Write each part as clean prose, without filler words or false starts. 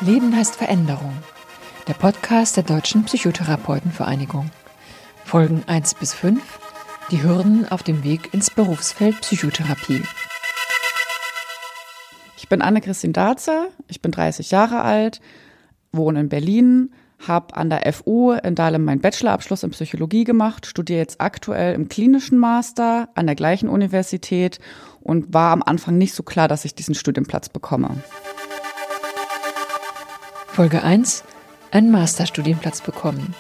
Leben heißt Veränderung. Der Podcast der Deutschen Psychotherapeutenvereinigung. Folgen 1 bis 5. Die Hürden auf dem Weg ins Berufsfeld Psychotherapie. Ich bin Anne-Christine Darzer, ich bin 30 Jahre alt, wohne in Berlin, habe an der FU in Dahlem meinen Bachelorabschluss in Psychologie gemacht, studiere jetzt aktuell im klinischen Master an der gleichen Universität und war am Anfang nicht so klar, dass ich diesen Studienplatz bekomme. Folge 1. Einen Masterstudienplatz bekommen.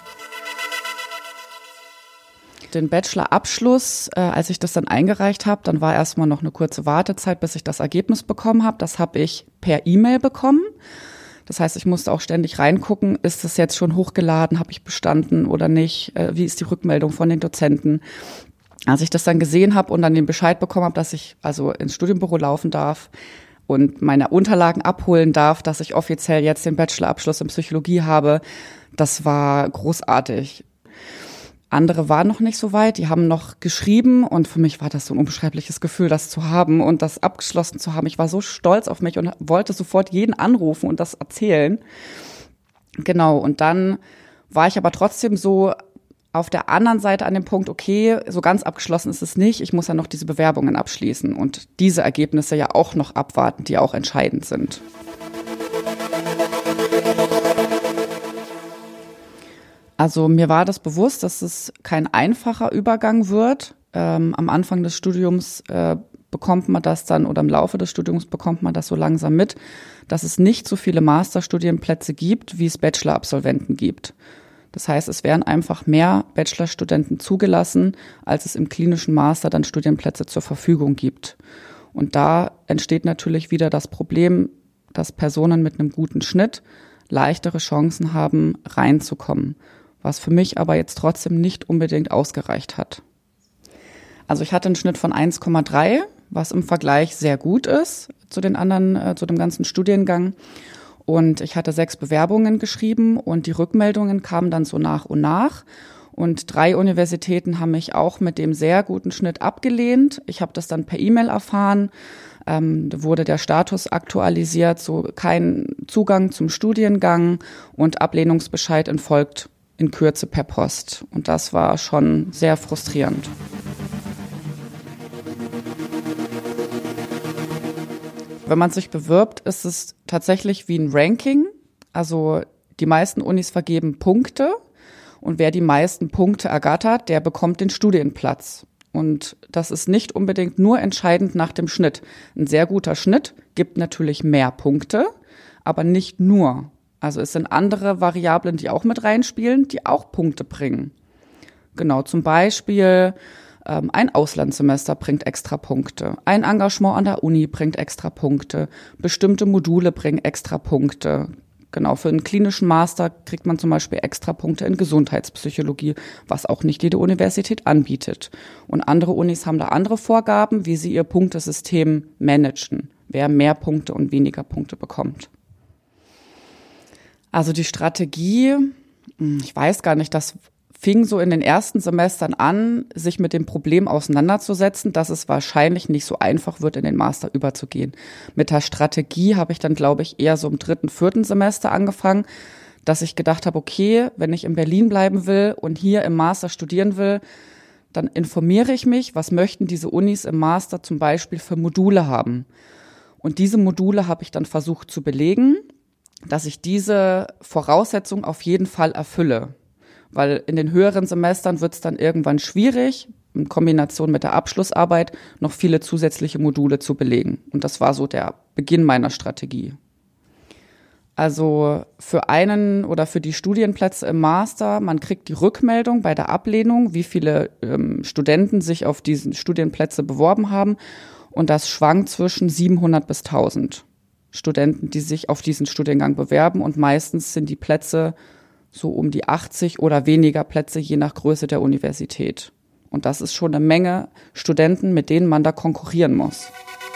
Den Bachelorabschluss, als ich das dann eingereicht habe, dann war erstmal noch eine kurze Wartezeit, bis ich das Ergebnis bekommen habe. Das habe ich per E-Mail bekommen. Das heißt, ich musste auch ständig reingucken, ist das jetzt schon hochgeladen, habe ich bestanden oder nicht, wie ist die Rückmeldung von den Dozenten. Als ich das dann gesehen habe und dann den Bescheid bekommen habe, dass ich also ins Studienbüro laufen darf und meine Unterlagen abholen darf, dass ich offiziell jetzt den Bachelorabschluss in Psychologie habe, das war großartig. Andere waren noch nicht so weit, die haben noch geschrieben und für mich war das so ein unbeschreibliches Gefühl, das zu haben und das abgeschlossen zu haben. Ich war so stolz auf mich und wollte sofort jeden anrufen und das erzählen. Genau, und dann war ich aber trotzdem so auf der anderen Seite an dem Punkt, okay, so ganz abgeschlossen ist es nicht, ich muss ja noch diese Bewerbungen abschließen und diese Ergebnisse ja auch noch abwarten, die auch entscheidend sind. Also mir war das bewusst, dass es kein einfacher Übergang wird. Am Anfang des Studiums bekommt man das dann oder im Laufe des Studiums bekommt man das so langsam mit, dass es nicht so viele Masterstudienplätze gibt, wie es Bachelorabsolventen gibt. Das heißt, es werden einfach mehr Bachelorstudenten zugelassen, als es im klinischen Master dann Studienplätze zur Verfügung gibt. Und da entsteht natürlich wieder das Problem, dass Personen mit einem guten Schnitt leichtere Chancen haben, reinzukommen. Was für mich aber jetzt trotzdem nicht unbedingt ausgereicht hat. Also ich hatte einen Schnitt von 1,3, was im Vergleich sehr gut ist zu den anderen, zu dem ganzen Studiengang. Und ich hatte 6 Bewerbungen geschrieben und die Rückmeldungen kamen dann so nach und nach. Und 3 Universitäten haben mich auch mit dem sehr guten Schnitt abgelehnt. Ich habe das dann per E-Mail erfahren. Da wurde der Status aktualisiert, so kein Zugang zum Studiengang und Ablehnungsbescheid folgt in Kürze per Post. Und das war schon sehr frustrierend. Wenn man sich bewirbt, ist es tatsächlich wie ein Ranking. Also die meisten Unis vergeben Punkte und wer die meisten Punkte ergattert, der bekommt den Studienplatz. Und das ist nicht unbedingt nur entscheidend nach dem Schnitt. Ein sehr guter Schnitt gibt natürlich mehr Punkte, aber nicht nur. Also es sind andere Variablen, die auch mit reinspielen, die auch Punkte bringen. Genau, zum Beispiel ein Auslandssemester bringt extra Punkte, ein Engagement an der Uni bringt extra Punkte, bestimmte Module bringen extra Punkte. Genau, für einen klinischen Master kriegt man zum Beispiel extra Punkte in Gesundheitspsychologie, was auch nicht jede Universität anbietet. Und andere Unis haben da andere Vorgaben, wie sie ihr Punktesystem managen, wer mehr Punkte und weniger Punkte bekommt. Also die Strategie, ich weiß gar nicht, das fing so in den ersten Semestern an, sich mit dem Problem auseinanderzusetzen, dass es wahrscheinlich nicht so einfach wird, in den Master überzugehen. Mit der Strategie habe ich dann, glaube ich, eher so im 3., 4. Semester angefangen, dass ich gedacht habe, okay, wenn ich in Berlin bleiben will und hier im Master studieren will, dann informiere ich mich, was möchten diese Unis im Master zum Beispiel für Module haben. Und diese Module habe ich dann versucht zu belegen, dass ich diese Voraussetzung auf jeden Fall erfülle. Weil in den höheren Semestern wird es dann irgendwann schwierig, in Kombination mit der Abschlussarbeit noch viele zusätzliche Module zu belegen. Und das war so der Beginn meiner Strategie. Also für einen oder für die Studienplätze im Master, man kriegt die Rückmeldung bei der Ablehnung, wie viele Studenten sich auf diesen Studienplätze beworben haben. Und das schwankt zwischen 700 bis 1000 Studenten, die sich auf diesen Studiengang bewerben. Und meistens sind die Plätze so um die 80 oder weniger Plätze, je nach Größe der Universität. Und das ist schon eine Menge Studenten, mit denen man da konkurrieren muss.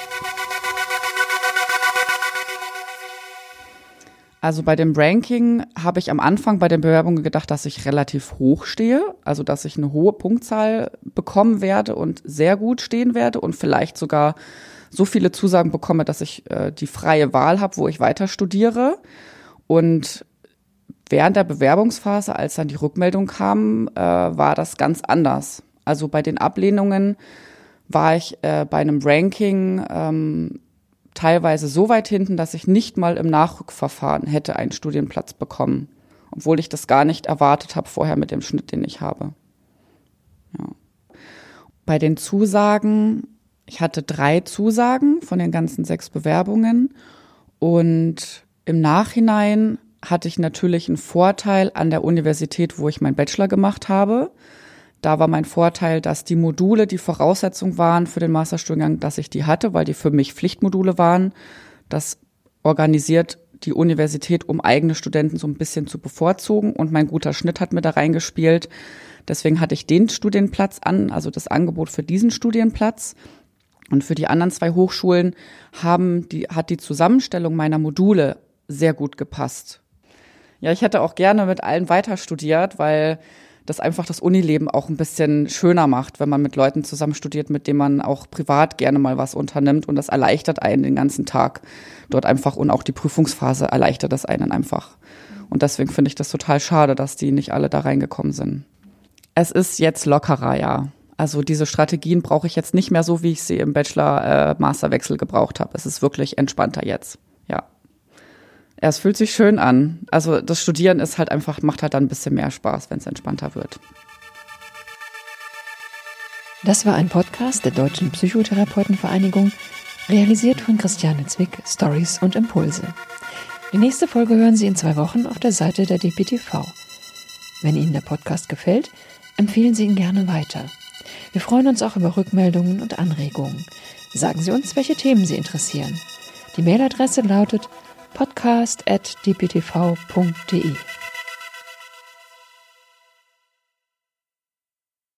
Also bei dem Ranking habe ich am Anfang bei den Bewerbungen gedacht, dass ich relativ hoch stehe, also dass ich eine hohe Punktzahl bekommen werde und sehr gut stehen werde und vielleicht sogar so viele Zusagen bekomme, dass ich die freie Wahl habe, wo ich weiter studiere. Und während der Bewerbungsphase, als dann die Rückmeldung kam, war das ganz anders. Also bei den Ablehnungen war ich bei einem Ranking teilweise so weit hinten, dass ich nicht mal im Nachrückverfahren hätte einen Studienplatz bekommen, obwohl ich das gar nicht erwartet habe vorher mit dem Schnitt, den ich habe. Ja. Bei den Zusagen, ich hatte 3 Zusagen von den ganzen 6 Bewerbungen und im Nachhinein hatte ich natürlich einen Vorteil an der Universität, wo ich meinen Bachelor gemacht habe. Da war mein Vorteil, dass die Module die Voraussetzung waren für den Masterstudiengang, dass ich die hatte, weil die für mich Pflichtmodule waren. Das organisiert die Universität, um eigene Studenten so ein bisschen zu bevorzugen. Und mein guter Schnitt hat mir da reingespielt. Deswegen hatte ich den Studienplatz also das Angebot für diesen Studienplatz. Und für die anderen 2 Hochschulen hat die Zusammenstellung meiner Module sehr gut gepasst. Ja, ich hätte auch gerne mit allen weiter studiert, weil das einfach das Unileben auch ein bisschen schöner macht, wenn man mit Leuten zusammen studiert, mit denen man auch privat gerne mal was unternimmt. Und das erleichtert einen den ganzen Tag dort einfach. Und auch die Prüfungsphase erleichtert das einen einfach. Und deswegen finde ich das total schade, dass die nicht alle da reingekommen sind. Es ist jetzt lockerer, ja. Also diese Strategien brauche ich jetzt nicht mehr so, wie ich sie im Bachelor-Masterwechsel gebraucht habe. Es ist wirklich entspannter jetzt, ja. Ja, es fühlt sich schön an. Also das Studieren ist halt einfach, macht halt dann ein bisschen mehr Spaß, wenn es entspannter wird. Das war ein Podcast der Deutschen Psychotherapeutenvereinigung, realisiert von Christiane Zwick, Stories und Impulse. Die nächste Folge hören Sie in 2 Wochen auf der Seite der DPTV. Wenn Ihnen der Podcast gefällt, empfehlen Sie ihn gerne weiter. Wir freuen uns auch über Rückmeldungen und Anregungen. Sagen Sie uns, welche Themen Sie interessieren. Die Mailadresse lautet podcast@dptv.de.